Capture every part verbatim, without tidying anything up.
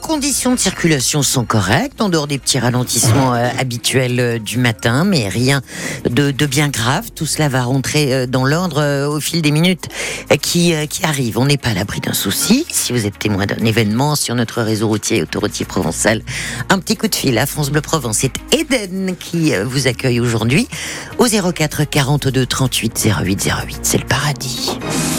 conditions de circulation sont correctes, en dehors des petits ralentissements euh, habituels euh, du matin, mais rien de, de bien grave. Tout cela va rentrer euh, dans l'ordre euh, au fil des minutes euh, qui, euh, qui arrivent. On n'est pas à l'abri d'un souci. Si vous êtes témoin d'un événement sur notre réseau routier et autoroutier provençal, un petit coup de fil à France Bleu Provence. C'est Eden qui euh, vous accueille aujourd'hui au zéro quatre quarante-deux trente-huit zéro huit zéro huit. C'est le paradis.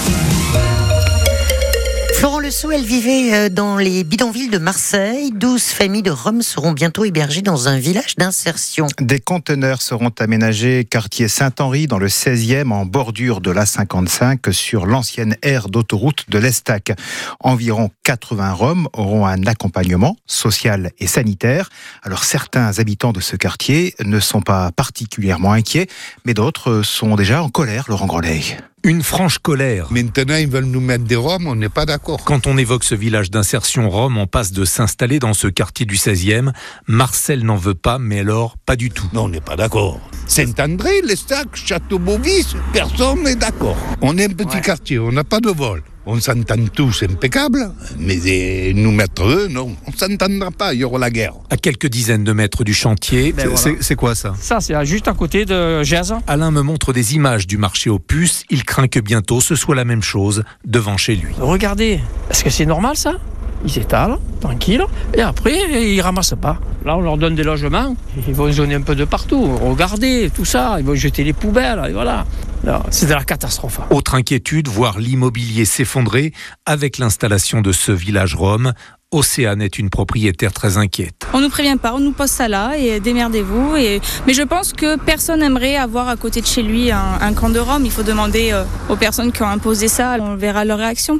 Florent Lesault, elle vivait dans les bidonvilles de Marseille. douze familles de Roms seront bientôt hébergées dans un village d'insertion. Des conteneurs seront aménagés quartier Saint-Henri dans le seizième en bordure de l'A cinquante-cinq sur l'ancienne aire d'autoroute de l'Estac. Environ quatre-vingts Roms auront un accompagnement social et sanitaire. Alors certains habitants de ce quartier ne sont pas particulièrement inquiets, mais d'autres sont déjà en colère, Laurent Grellet. Une franche colère. Maintenant, ils veulent nous mettre des Roms, on n'est pas d'accord. Quand on évoque ce village d'insertion Rome en passe de s'installer dans ce quartier du seizième, Marcel n'en veut pas, mais alors pas du tout. Non, on n'est pas d'accord. Saint-André, l'Estac, Château-Beauvis, personne n'est d'accord. On est un petit ouais. quartier, on n'a pas de vol. On s'entend tous impeccable, mais nous mettre eux, non, on s'entendra pas, il y aura la guerre. À quelques dizaines de mètres du chantier, ben c'est, voilà. c'est quoi ça ? Ça, c'est juste à côté de Gèze. Alain me montre des images du marché aux puces, il craint que bientôt ce soit la même chose devant chez lui. Regardez, est-ce que c'est normal ça ? Ils étalent, tranquille, et après, ils ramassent pas. Là, on leur donne des logements, ils vont zoner un peu de partout, regardez, tout ça, ils vont jeter les poubelles, et voilà. Non, c'est de la catastrophe. Autre inquiétude, voir l'immobilier s'effondrer avec l'installation de ce village Rome. Océane est une propriétaire très inquiète. On ne nous prévient pas, on nous pose ça là et démerdez-vous. Et... Mais je pense que personne n'aimerait avoir à côté de chez lui un, un camp de Rome. Il faut demander euh, aux personnes qui ont imposé ça, on verra leur réaction.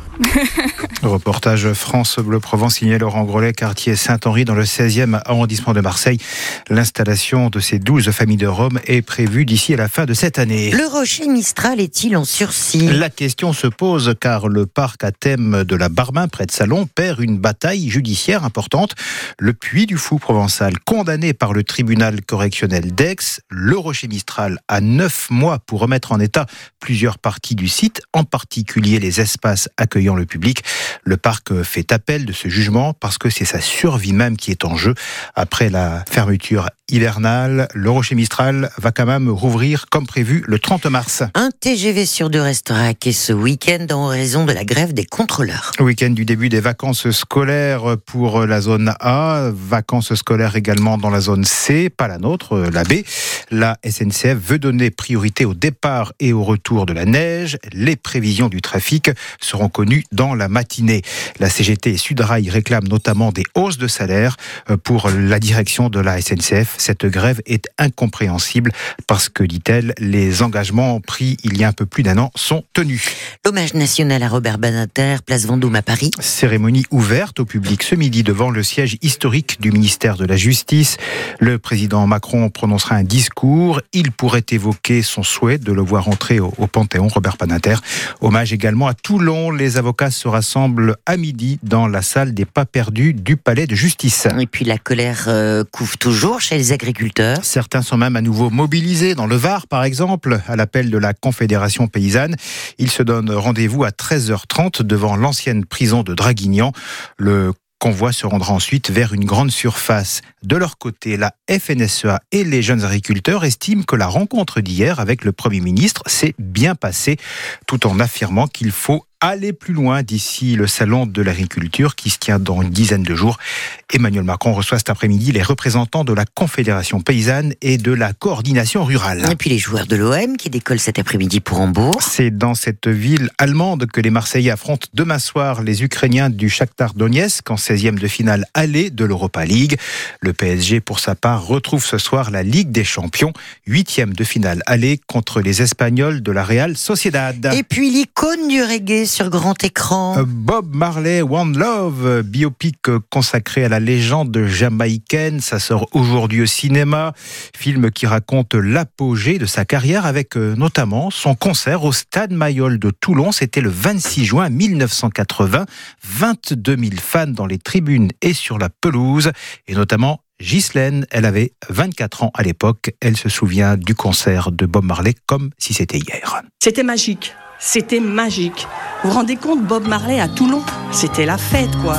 Reportage France Bleu Provence signé Laurent Grellet, quartier Saint-Henri dans le seizième arrondissement de Marseille. L'installation de ces douze familles de Roms est prévue d'ici à la fin de cette année. Le rocher Mistral est-il en sursis ? La question se pose car le parc à thème de la Barmin près de Salon perd une bataille judiciaire importante. Le Puy du Fou provençal, condamné par le tribunal correctionnel d'Aix, le rocher Mistral a neuf mois pour remettre en état plusieurs parties du site, en particulier les espaces accueillant le public. Le parc fait appel de ce jugement parce que c'est sa survie même qui est en jeu. Après la fermeture hivernale, le rocher Mistral va quand même rouvrir comme prévu le trente mars. Un T G V sur deux restera hacké ce week-end en raison de la grève des contrôleurs. Week-end du début des vacances scolaires pour la zone A, vacances scolaires également dans la zone C, pas la nôtre, la B. La S N C F veut donner priorité au départ et au retour de la neige. Les prévisions du trafic seront connues dans la matinée. La C G T et Sudrail réclament notamment des hausses de salaire pour la direction de la S N C F. Cette grève est incompréhensible parce que, dit-elle, les engagements pris il y a un peu plus d'un an sont tenus. L'hommage national à Robert Badinter, place Vendôme à Paris. Cérémonie ouverte au public ce midi devant le siège historique du ministère de la Justice. Le président Macron prononcera un discours. Il pourrait évoquer son souhait de le voir entrer au, au Panthéon, Robert Badinter. Hommage également à Toulon. Les avocats se rassemblent à midi dans la salle des pas perdus du palais de justice. Et puis la colère euh, couve toujours chez les agriculteurs. Certains sont même à nouveau mobilisés dans le Var, par exemple, à l'appel de la Confédération paysanne. Ils se donnent rendez-vous à treize heures trente devant l'ancienne prison de Draguignan. Le convoi se rendra ensuite vers une grande surface. De leur côté, la F N S E A et les jeunes agriculteurs estiment que la rencontre d'hier avec le Premier ministre s'est bien passée, tout en affirmant qu'il faut aller plus loin d'ici le salon de l'agriculture qui se tient dans une dizaine de jours. Emmanuel Macron reçoit cet après-midi les représentants de la Confédération paysanne et de la coordination rurale. Et puis les joueurs de l'O M qui décollent cet après-midi pour Hambourg. C'est dans cette ville allemande que les Marseillais affrontent demain soir les Ukrainiens du Shakhtar Donetsk en seizième de finale aller de l'Europa League. Le P S G, pour sa part, retrouve ce soir la Ligue des Champions, huitième de finale aller contre les Espagnols de la Real Sociedad. Et puis l'icône du reggae sur grand écran. Bob Marley, One Love, biopic consacré à la légende jamaïcaine. Ça sort aujourd'hui au cinéma. Film qui raconte l'apogée de sa carrière avec notamment son concert au Stade Mayol de Toulon. C'était le vingt-six juin mille neuf cent quatre-vingts. vingt-deux mille fans dans les tribunes et sur la pelouse. Et notamment Ghislaine, elle avait vingt-quatre ans à l'époque. Elle se souvient du concert de Bob Marley comme si c'était hier. C'était magique. C'était magique. Vous vous rendez compte, Bob Marley à Toulon, c'était la fête, quoi.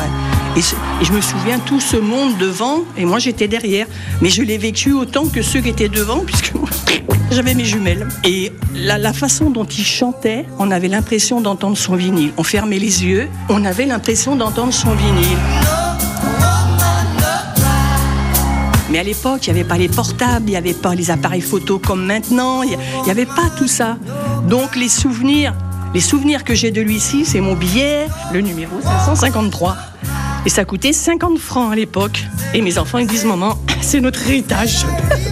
Et, et je me souviens tout ce monde devant, et moi j'étais derrière. Mais je l'ai vécu autant que ceux qui étaient devant, puisque moi, j'avais mes jumelles. Et la, la façon dont il chantait, on avait l'impression d'entendre son vinyle. On fermait les yeux, on avait l'impression d'entendre son vinyle. Mais à l'époque, il n'y avait pas les portables, il n'y avait pas les appareils photo comme maintenant, il n'y avait pas tout ça. Donc les souvenirs, les souvenirs que j'ai de lui ici, c'est mon billet, le numéro cinq cent cinquante-trois. Et ça coûtait cinquante francs à l'époque. Et mes enfants, ils disent, maman, c'est notre héritage.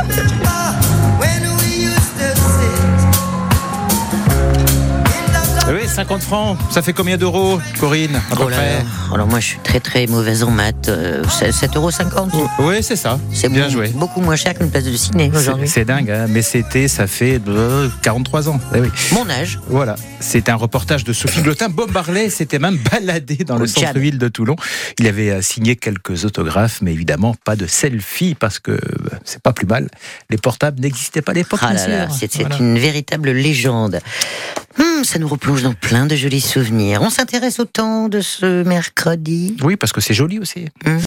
Oui, cinquante francs, ça fait combien d'euros, Corinne, à peu Oh là près là. Alors moi je suis très très mauvaise en maths. Euh, sept euros cinquante. Oui, c'est ça. C'est bien bon, joué. Beaucoup moins cher qu'une place de ciné C'est, aujourd'hui. c'est dingue, hein, mais c'était, ça fait euh, quarante-trois ans. Eh oui. Mon âge. Voilà, c'était un reportage de Sophie Glotin. Bob Marley s'était même baladé dans Au le Tchad. centre-ville de Toulon. Il avait euh, signé quelques autographes, mais évidemment pas de selfie, parce que euh, c'est pas plus mal. Les portables n'existaient pas à l'époque. Ah bien là là, sûr. c'est, c'est Voilà. une véritable légende. Hum, ça nous replonge dans plein de jolis souvenirs. On s'intéresse au temps de ce mercredi. Oui, parce que c'est joli aussi. Hum.